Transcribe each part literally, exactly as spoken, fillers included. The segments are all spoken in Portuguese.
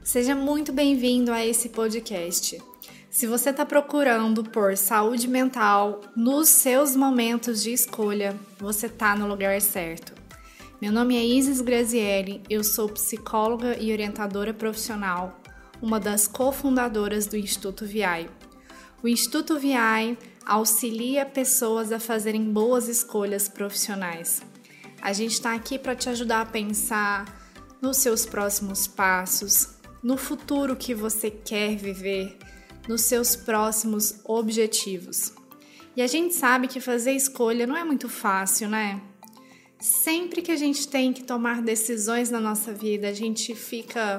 Seja muito bem-vindo a esse podcast. Se você está procurando por saúde mental nos seus momentos de escolha, você está no lugar certo. Meu nome é Isis Grazielli, eu sou psicóloga e orientadora profissional, uma das cofundadoras do Instituto V I. O Instituto V I auxilia pessoas a fazerem boas escolhas profissionais. A gente está aqui para te ajudar a pensar nos seus próximos passos, no futuro que você quer viver, nos seus próximos objetivos. E a gente sabe que fazer escolha não é muito fácil, né? Sempre que a gente tem que tomar decisões na nossa vida, a gente fica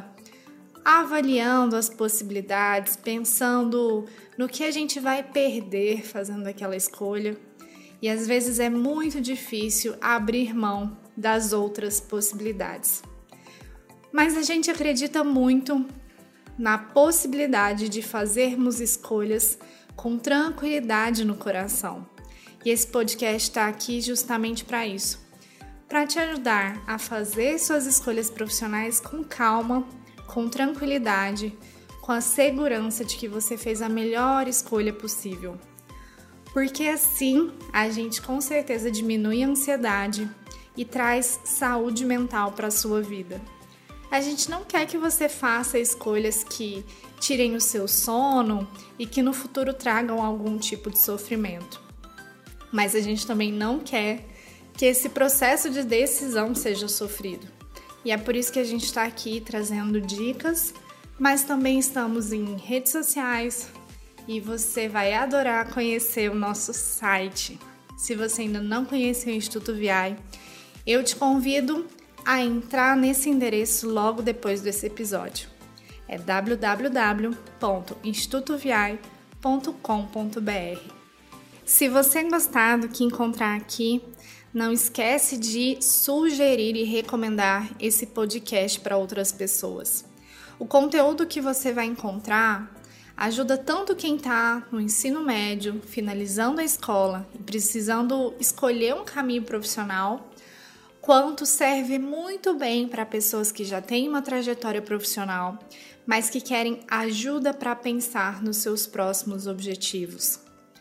avaliando as possibilidades, pensando no que a gente vai perder fazendo aquela escolha. E às vezes é muito difícil abrir mão das outras possibilidades. Mas a gente acredita muito na possibilidade de fazermos escolhas com tranquilidade no coração. E esse podcast está aqui justamente para isso, para te ajudar a fazer suas escolhas profissionais com calma, com tranquilidade, com a segurança de que você fez a melhor escolha possível. Porque assim a gente com certeza diminui a ansiedade e traz saúde mental para a sua vida. A gente não quer que você faça escolhas que tirem o seu sono e que no futuro tragam algum tipo de sofrimento. Mas a gente também não quer que esse processo de decisão seja sofrido. E é por isso que a gente está aqui trazendo dicas, mas também estamos em redes sociais e você vai adorar conhecer o nosso site. Se você ainda não conhece o Instituto V I, eu te convido a entrar nesse endereço logo depois desse episódio. É w w w ponto instituto v i ponto com ponto b r. Se você gostar do que encontrar aqui, não esquece de sugerir e recomendar esse podcast para outras pessoas. O conteúdo que você vai encontrar ajuda tanto quem está no ensino médio, finalizando a escola e precisando escolher um caminho profissional, quanto serve muito bem para pessoas que já têm uma trajetória profissional, mas que querem ajuda para pensar nos seus próximos objetivos.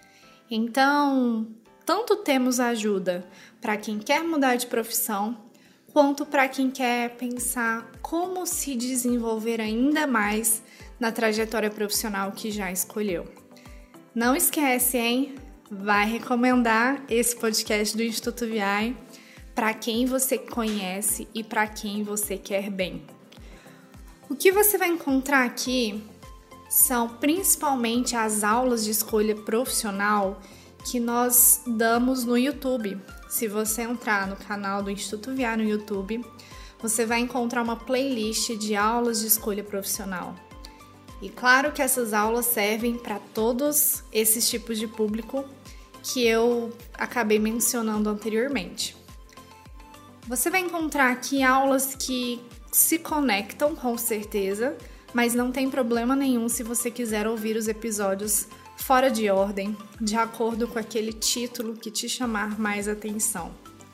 Então, tanto temos ajuda para quem quer mudar de profissão, quanto para quem quer pensar como se desenvolver ainda mais na trajetória profissional que já escolheu. Não esquece, hein? Vai recomendar esse podcast do Instituto V I para quem você conhece e para quem você quer bem. O que você vai encontrar aqui são principalmente as aulas de escolha profissional que nós damos no YouTube. Se você entrar no canal do Instituto V I no YouTube, você vai encontrar uma playlist de aulas de escolha profissional. E claro que essas aulas servem para todos esses tipos de público que eu acabei mencionando anteriormente. Você vai encontrar aqui aulas que se conectam com certeza, mas não tem problema nenhum se você quiser ouvir os episódios fora de ordem, de acordo com aquele título que te chamar mais atenção.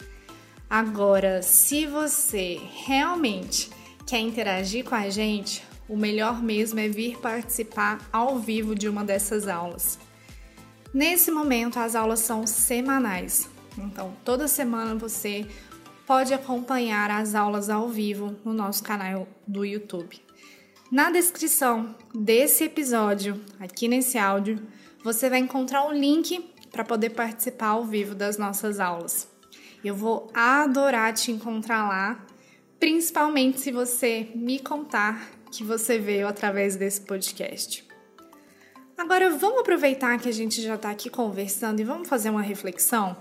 Agora, se você realmente quer interagir com a gente, o melhor mesmo é vir participar ao vivo de uma dessas aulas. Nesse momento, as aulas são semanais, então toda semana você pode acompanhar as aulas ao vivo no nosso canal do YouTube. Na descrição desse episódio, aqui nesse áudio, você vai encontrar um link para poder participar ao vivo das nossas aulas. Eu vou adorar te encontrar lá, principalmente se você me contar que você veio através desse podcast. Agora vamos aproveitar que a gente já está aqui conversando e vamos fazer uma reflexão?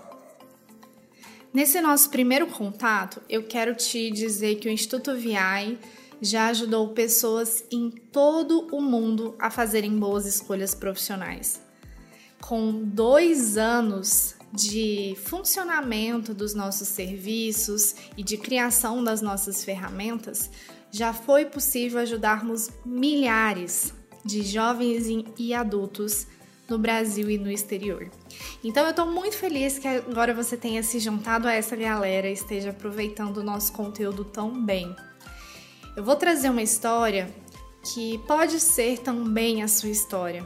Nesse nosso primeiro contato, eu quero te dizer que o Instituto V I já ajudou pessoas em todo o mundo a fazerem boas escolhas profissionais. Com dois anos de funcionamento dos nossos serviços e de criação das nossas ferramentas, já foi possível ajudarmos milhares de jovens e adultos no Brasil e no exterior. Então eu estou muito feliz que agora você tenha se juntado a essa galera e esteja aproveitando o nosso conteúdo tão bem. Eu vou trazer uma história que pode ser também a sua história,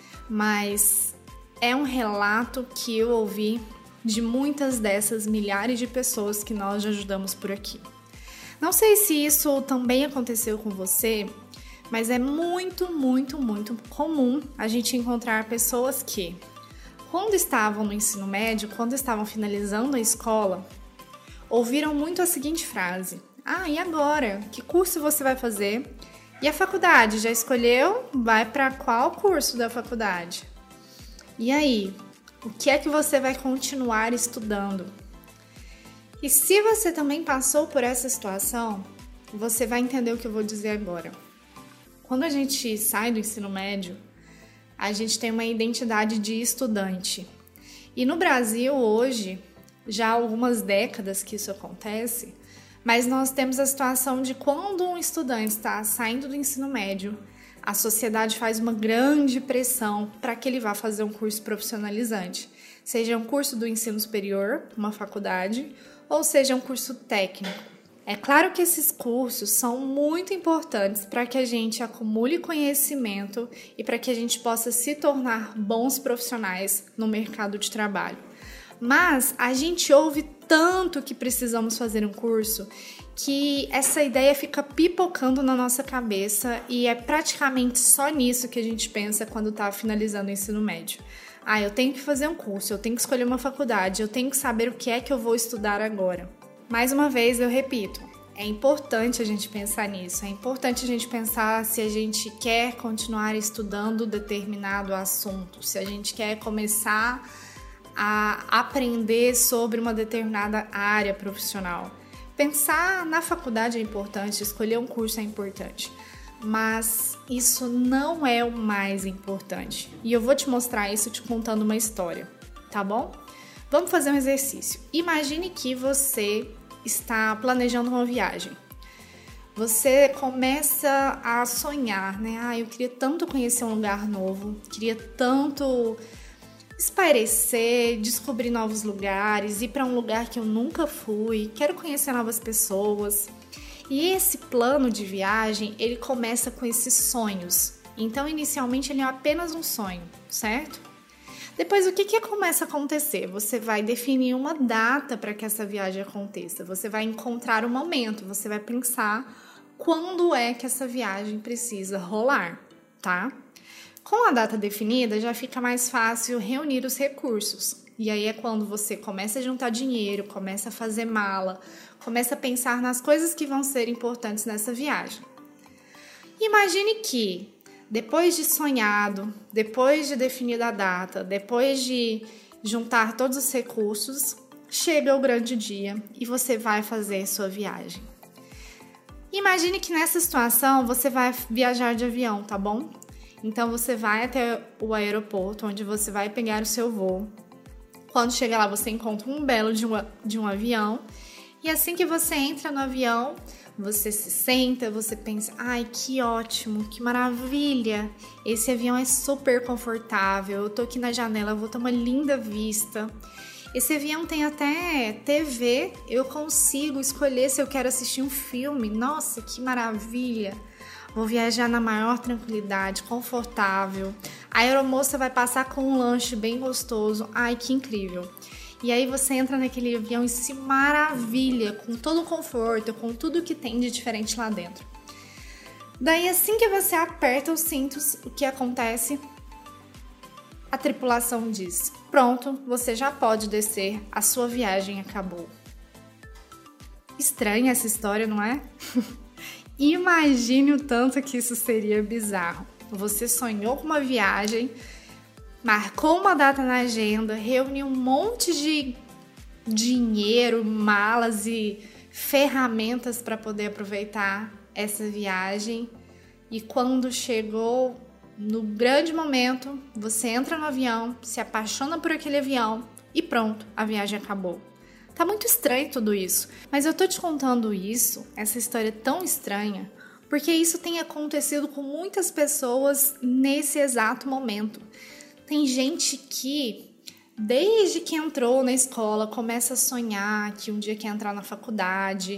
mas é um relato que eu ouvi de muitas dessas milhares de pessoas que nós já ajudamos por aqui. Não sei se isso também aconteceu com você, mas é muito, muito, muito comum a gente encontrar pessoas que, quando estavam no ensino médio, quando estavam finalizando a escola, ouviram muito a seguinte frase: ah, e agora? Que curso você vai fazer? E a faculdade, já escolheu? Vai para qual curso da faculdade? E aí, o que é que você vai continuar estudando? E se você também passou por essa situação, você vai entender o que eu vou dizer agora. Quando a gente sai do ensino médio, a gente tem uma identidade de estudante. E no Brasil, hoje, já há algumas décadas que isso acontece, mas nós temos a situação de quando um estudante está saindo do ensino médio, a sociedade faz uma grande pressão para que ele vá fazer um curso profissionalizante, seja um curso do ensino superior, uma faculdade, ou seja um curso técnico. É claro que esses cursos são muito importantes para que a gente acumule conhecimento e para que a gente possa se tornar bons profissionais no mercado de trabalho. Mas a gente ouve tanto que precisamos fazer um curso que essa ideia fica pipocando na nossa cabeça e é praticamente só nisso que a gente pensa quando está finalizando o ensino médio. Ah, eu tenho que fazer um curso, eu tenho que escolher uma faculdade, eu tenho que saber o que é que eu vou estudar agora. Mais uma vez, eu repito, é importante a gente pensar nisso, é importante a gente pensar se a gente quer continuar estudando determinado assunto, se a gente quer começar a aprender sobre uma determinada área profissional. Pensar na faculdade é importante, escolher um curso é importante, mas isso não é o mais importante. E eu vou te mostrar isso te contando uma história, tá bom? Vamos fazer um exercício. Imagine que você está planejando uma viagem. Você começa a sonhar, né? Ah, eu queria tanto conhecer um lugar novo, queria tanto espairecer, descobrir novos lugares, ir para um lugar que eu nunca fui, quero conhecer novas pessoas. E esse plano de viagem, ele começa com esses sonhos. Então, inicialmente, ele é apenas um sonho, certo? Depois, o que que começa a acontecer? Você vai definir uma data para que essa viagem aconteça. Você vai encontrar um momento, você vai pensar quando é que essa viagem precisa rolar, tá? Com a data definida, já fica mais fácil reunir os recursos. E aí é quando você começa a juntar dinheiro, começa a fazer mala, começa a pensar nas coisas que vão ser importantes nessa viagem. Imagine que, depois de sonhado, depois de definida a data, depois de juntar todos os recursos, chega o grande dia e você vai fazer sua viagem. Imagine que nessa situação você vai viajar de avião, tá bom? Então você vai até o aeroporto, onde você vai pegar o seu voo. Quando chega lá, você encontra um belo de um, de um avião. E assim que você entra no avião, você se senta, você pensa: ai, que ótimo, que maravilha! Esse avião é super confortável, eu tô aqui na janela, vou ter uma linda vista. Esse avião tem até T V, eu consigo escolher se eu quero assistir um filme. Nossa, que maravilha! Vou viajar na maior tranquilidade, confortável. A aeromoça vai passar com um lanche bem gostoso. Ai, que incrível! E aí você entra naquele avião e se maravilha com todo o conforto, com tudo que tem de diferente lá dentro. Daí, assim que você aperta os cintos, o que acontece? A tripulação diz: pronto, você já pode descer, a sua viagem acabou. Estranha essa história, não é? Imagine o tanto que isso seria bizarro. Você sonhou com uma viagem, marcou uma data na agenda, reuniu um monte de dinheiro, malas e ferramentas para poder aproveitar essa viagem. E quando chegou no grande momento, você entra no avião, se apaixona por aquele avião e pronto, a viagem acabou. Tá muito estranho tudo isso, mas eu tô te contando isso, essa história tão estranha, porque isso tem acontecido com muitas pessoas nesse exato momento. Tem gente que, desde que entrou na escola, começa a sonhar que um dia quer entrar na faculdade,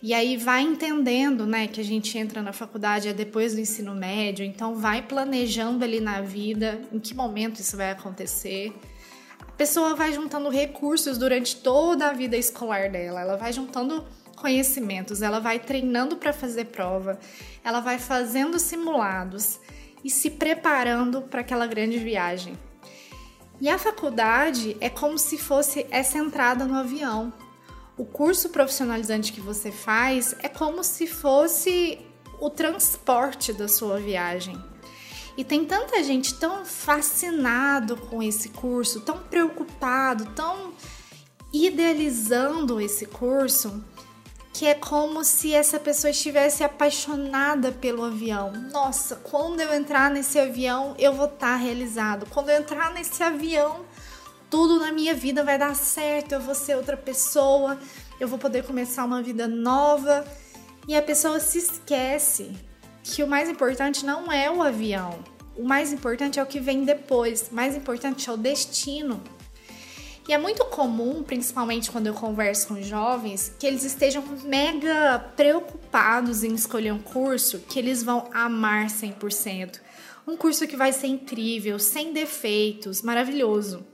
E aí vai entendendo, né, que a gente entra na faculdade é depois do ensino médio, então vai planejando ali na vida em que momento isso vai acontecer. A pessoa vai juntando recursos durante toda a vida escolar dela, ela vai juntando conhecimentos, ela vai treinando para fazer prova, ela vai fazendo simulados e se preparando para aquela grande viagem. E a faculdade é como se fosse essa entrada no avião. O curso profissionalizante que você faz é como se fosse o transporte da sua viagem. E tem tanta gente tão fascinado com esse curso, tão preocupado, tão idealizando esse curso, que é como se essa pessoa estivesse apaixonada pelo avião. Nossa, quando eu entrar nesse avião, eu vou estar realizado. Quando eu entrar nesse avião, tudo na minha vida vai dar certo, eu vou ser outra pessoa, eu vou poder começar uma vida nova. E a pessoa se esquece que o mais importante não é o avião. O mais importante é o que vem depois. O mais importante é o destino. E é muito comum, principalmente quando eu converso com jovens, que eles estejam mega preocupados em escolher um curso que eles vão amar cem por cento. Um curso que vai ser incrível, sem defeitos, maravilhoso.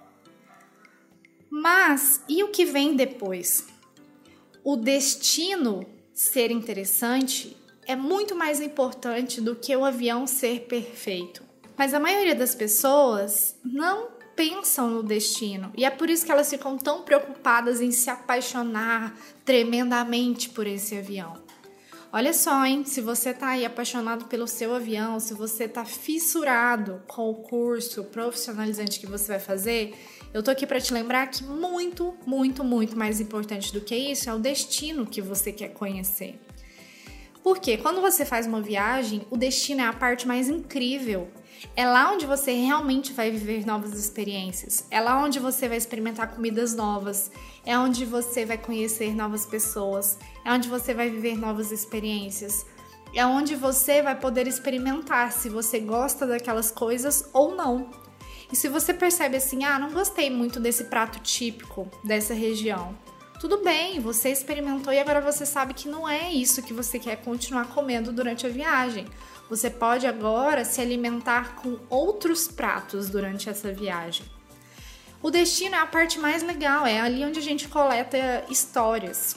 Mas, e o que vem depois? O destino ser interessante é muito mais importante do que o avião ser perfeito. Mas a maioria das pessoas não pensam no destino. E é por isso que elas ficam tão preocupadas em se apaixonar tremendamente por esse avião. Olha só, hein? Se você tá aí apaixonado pelo seu avião, se você tá fissurado com o curso profissionalizante que você vai fazer, eu tô aqui para te lembrar que muito, muito, muito mais importante do que isso é o destino que você quer conhecer. Porque quando você faz uma viagem, o destino é a parte mais incrível. É lá onde você realmente vai viver novas experiências. É lá onde você vai experimentar comidas novas. É onde você vai conhecer novas pessoas. É onde você vai viver novas experiências. É onde você vai poder experimentar se você gosta daquelas coisas ou não. E se você percebe assim, ah, não gostei muito desse prato típico dessa região. Tudo bem, você experimentou e agora você sabe que não é isso que você quer continuar comendo durante a viagem. Você pode agora se alimentar com outros pratos durante essa viagem. O destino é a parte mais legal, é ali onde a gente coleta histórias.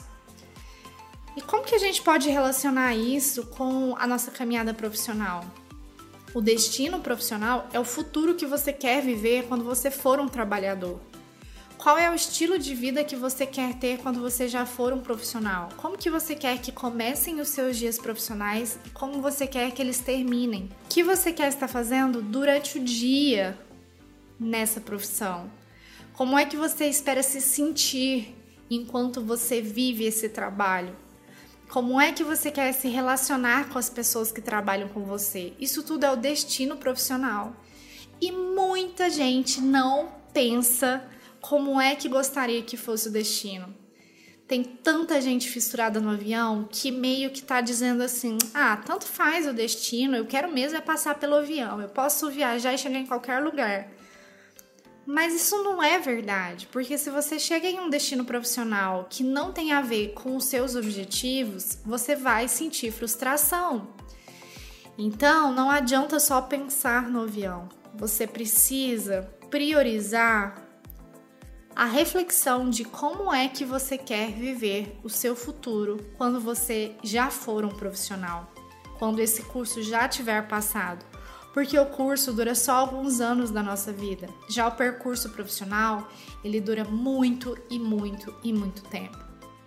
E como que a gente pode relacionar isso com a nossa caminhada profissional? O destino profissional é o futuro que você quer viver quando você for um trabalhador. Qual é o estilo de vida que você quer ter quando você já for um profissional? Como que você quer que comecem os seus dias profissionais e como você quer que eles terminem? O que você quer estar fazendo durante o dia nessa profissão? Como é que você espera se sentir enquanto você vive esse trabalho? Como é que você quer se relacionar com as pessoas que trabalham com você? Isso tudo é o destino profissional. E muita gente não pensa como é que gostaria que fosse o destino. Tem tanta gente fissurada no avião que meio que tá dizendo assim, ah, tanto faz o destino, eu quero mesmo é passar pelo avião, eu posso viajar e chegar em qualquer lugar. Mas isso não é verdade, porque se você chega em um destino profissional que não tem a ver com os seus objetivos, você vai sentir frustração. Então, não adianta só pensar no avião. Você precisa priorizar a reflexão de como é que você quer viver o seu futuro quando você já for um profissional, quando esse curso já tiver passado. Porque o curso dura só alguns anos da nossa vida. Já o percurso profissional, ele dura muito e muito e muito tempo.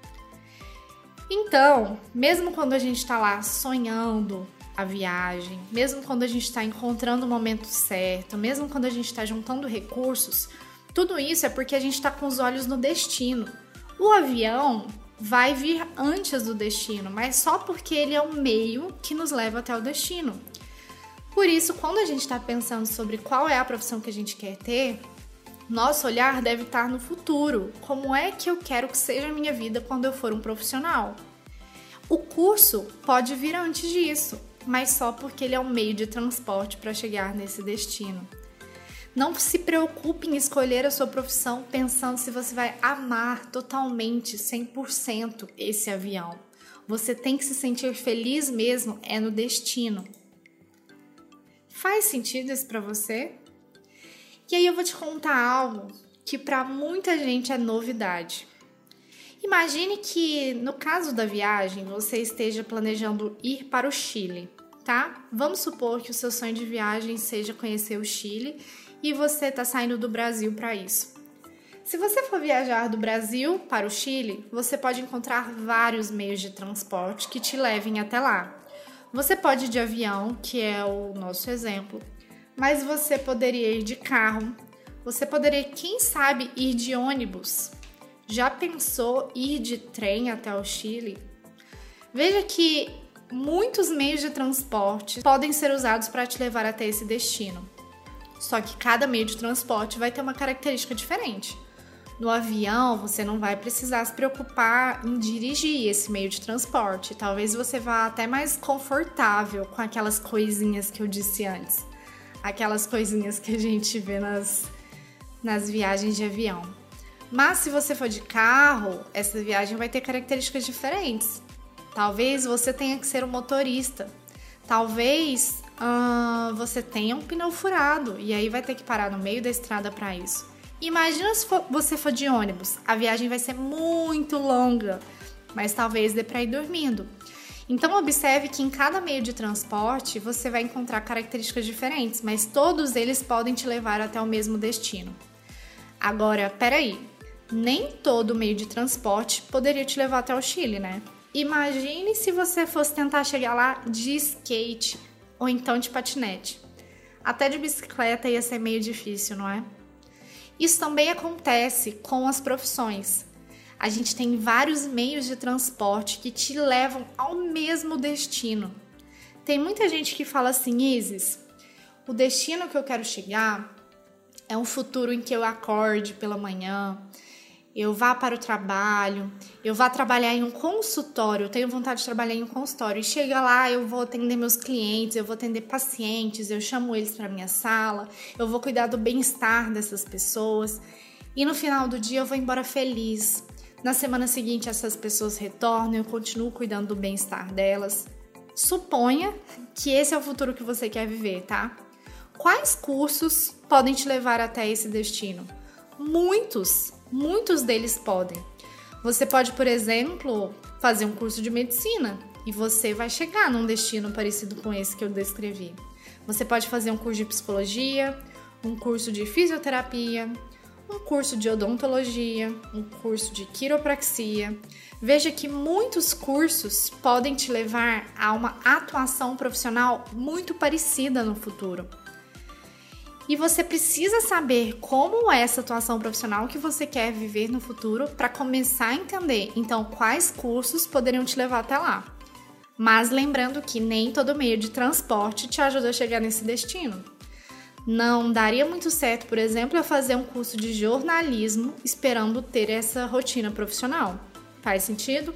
Então, mesmo quando a gente está lá sonhando a viagem, mesmo quando a gente está encontrando o momento certo, mesmo quando a gente está juntando recursos, tudo isso é porque a gente está com os olhos no destino. O avião vai vir antes do destino, mas só porque ele é o meio que nos leva até o destino. Por isso, quando a gente está pensando sobre qual é a profissão que a gente quer ter, nosso olhar deve estar no futuro. Como é que eu quero que seja a minha vida quando eu for um profissional? O curso pode vir antes disso, mas só porque ele é um meio de transporte para chegar nesse destino. Não se preocupe em escolher a sua profissão pensando se você vai amar totalmente, cem por cento esse avião. Você tem que se sentir feliz mesmo é no destino. Faz sentido isso para você? E aí eu vou te contar algo que para muita gente é novidade. Imagine que, no caso da viagem, você esteja planejando ir para o Chile, tá? Vamos supor que o seu sonho de viagem seja conhecer o Chile e você está saindo do Brasil para isso. Se você for viajar do Brasil para o Chile, você pode encontrar vários meios de transporte que te levem até lá. Você pode ir de avião, que é o nosso exemplo, mas você poderia ir de carro, você poderia, quem sabe, ir de ônibus. Já pensou ir de trem até o Chile? Veja que muitos meios de transporte podem ser usados para te levar até esse destino. Só que cada meio de transporte vai ter uma característica diferente. No avião, você não vai precisar se preocupar em dirigir esse meio de transporte. Talvez você vá até mais confortável com aquelas coisinhas que eu disse antes. Aquelas coisinhas que a gente vê nas, nas viagens de avião. Mas se você for de carro, essa viagem vai ter características diferentes. Talvez você tenha que ser um motorista. Talvez hum, você tenha um pneu furado e aí vai ter que parar no meio da estrada para isso. Imagina se for, você for de ônibus, a viagem vai ser muito longa, mas talvez dê para ir dormindo. Então observe que em cada meio de transporte você vai encontrar características diferentes, mas todos eles podem te levar até o mesmo destino. Agora, peraí, nem todo meio de transporte poderia te levar até o Chile, né? Imagine se você fosse tentar chegar lá de skate ou então de patinete. Até de bicicleta ia ser meio difícil, não é? Isso também acontece com as profissões. A gente tem vários meios de transporte que te levam ao mesmo destino. Tem muita gente que fala assim, Isis, o destino que eu quero chegar é um futuro em que eu acorde pela manhã, eu vá para o trabalho, eu vá trabalhar em um consultório, eu tenho vontade de trabalhar em um consultório, e chega lá, eu vou atender meus clientes, eu vou atender pacientes, eu chamo eles para minha sala, eu vou cuidar do bem-estar dessas pessoas, e no final do dia eu vou embora feliz. Na semana seguinte essas pessoas retornam, eu continuo cuidando do bem-estar delas. Suponha que esse é o futuro que você quer viver, tá? Quais cursos podem te levar até esse destino? Muitos! Muitos deles podem. Você pode, por exemplo, fazer um curso de medicina e você vai chegar num destino parecido com esse que eu descrevi. Você pode fazer um curso de psicologia, um curso de fisioterapia, um curso de odontologia, um curso de quiropraxia. Veja que muitos cursos podem te levar a uma atuação profissional muito parecida no futuro. E você precisa saber como é essa atuação profissional que você quer viver no futuro para começar a entender, então, quais cursos poderiam te levar até lá. Mas lembrando que nem todo meio de transporte te ajuda a chegar nesse destino. Não daria muito certo, por exemplo, eu fazer um curso de jornalismo esperando ter essa rotina profissional. Faz sentido?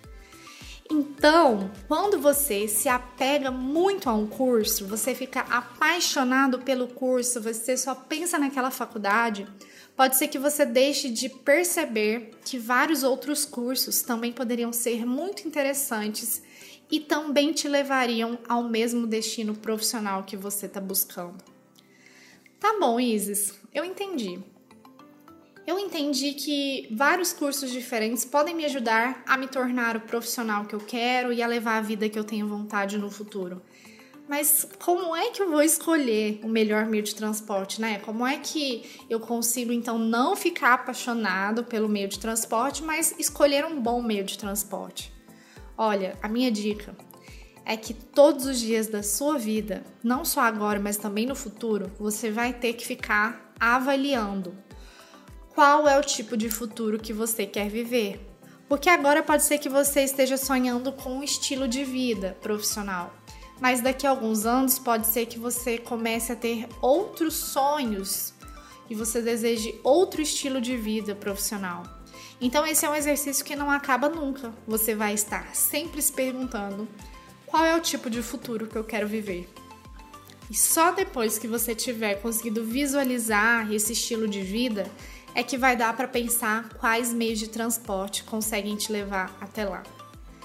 Então, quando você se apega muito a um curso, você fica apaixonado pelo curso, você só pensa naquela faculdade, pode ser que você deixe de perceber que vários outros cursos também poderiam ser muito interessantes e também te levariam ao mesmo destino profissional que você está buscando. Tá bom, Isis, eu entendi. Eu entendi que vários cursos diferentes podem me ajudar a me tornar o profissional que eu quero e a levar a vida que eu tenho vontade no futuro. Mas como é que eu vou escolher o melhor meio de transporte, né? Como é que eu consigo, então, não ficar apaixonado pelo meio de transporte, mas escolher um bom meio de transporte? Olha, a minha dica é que todos os dias da sua vida, não só agora, mas também no futuro, você vai ter que ficar avaliando qual é o tipo de futuro que você quer viver. Porque agora pode ser que você esteja sonhando com um estilo de vida profissional, mas daqui a alguns anos pode ser que você comece a ter outros sonhos e você deseje outro estilo de vida profissional. Então esse é um exercício que não acaba nunca. Você vai estar sempre se perguntando qual é o tipo de futuro que eu quero viver. E só depois que você tiver conseguido visualizar esse estilo de vida é que vai dar para pensar quais meios de transporte conseguem te levar até lá. O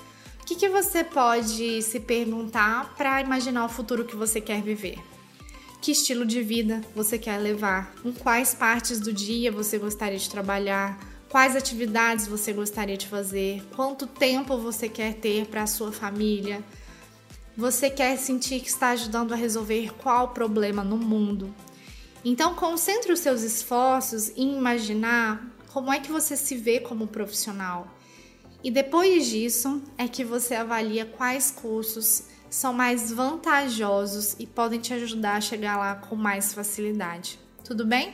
que, que você pode se perguntar para imaginar o futuro que você quer viver? Que estilo de vida você quer levar? Em quais partes do dia você gostaria de trabalhar? Quais atividades você gostaria de fazer? Quanto tempo você quer ter para a sua família? Você quer sentir que está ajudando a resolver qual problema no mundo? Então, concentre os seus esforços em imaginar como é que você se vê como profissional. E depois disso é que você avalia quais cursos são mais vantajosos e podem te ajudar a chegar lá com mais facilidade. Tudo bem?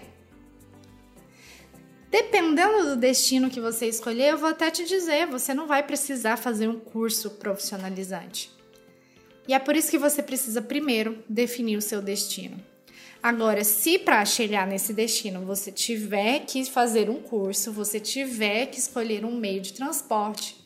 Dependendo do destino que você escolher, eu vou até te dizer, você não vai precisar fazer um curso profissionalizante. E é por isso que você precisa primeiro definir o seu destino. Agora, se para chegar nesse destino você tiver que fazer um curso, você tiver que escolher um meio de transporte,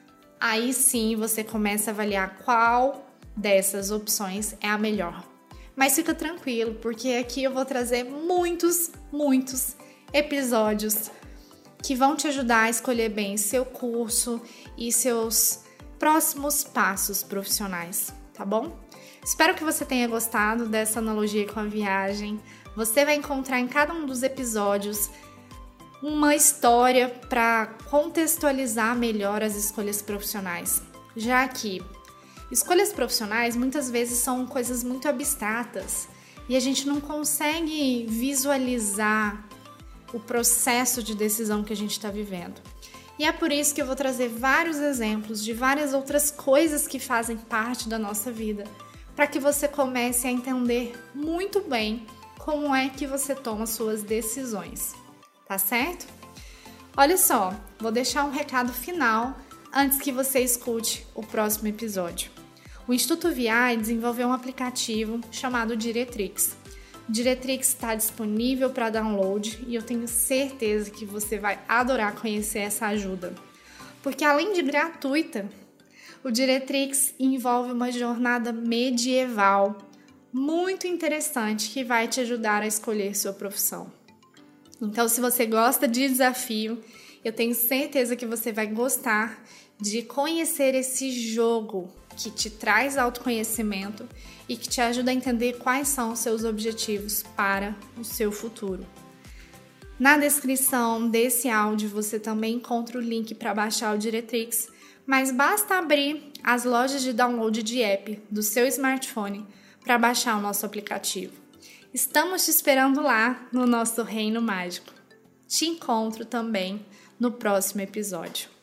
aí sim você começa a avaliar qual dessas opções é a melhor. Mas fica tranquilo, porque aqui eu vou trazer muitos, muitos episódios que vão te ajudar a escolher bem seu curso e seus próximos passos profissionais, tá bom? Espero que você tenha gostado dessa analogia com a viagem. Você vai encontrar em cada um dos episódios uma história para contextualizar melhor as escolhas profissionais, já que escolhas profissionais muitas vezes são coisas muito abstratas e a gente não consegue visualizar o processo de decisão que a gente está vivendo. E é por isso que eu vou trazer vários exemplos de várias outras coisas que fazem parte da nossa vida, para que você comece a entender muito bem como é que você toma suas decisões, tá certo? Olha só, vou deixar um recado final antes que você escute o próximo episódio. O Instituto V I desenvolveu um aplicativo chamado Diretrix. O Diretrix está disponível para download e eu tenho certeza que você vai adorar conhecer essa ajuda, porque além de gratuita, o Diretrix envolve uma jornada medieval muito interessante que vai te ajudar a escolher sua profissão. Então, se você gosta de desafio, eu tenho certeza que você vai gostar de conhecer esse jogo que te traz autoconhecimento e que te ajuda a entender quais são os seus objetivos para o seu futuro. Na descrição desse áudio você também encontra o link para baixar o Diretrix, mas basta abrir as lojas de download de app do seu smartphone para baixar o nosso aplicativo. Estamos te esperando lá no nosso Reino Mágico. Te encontro também no próximo episódio.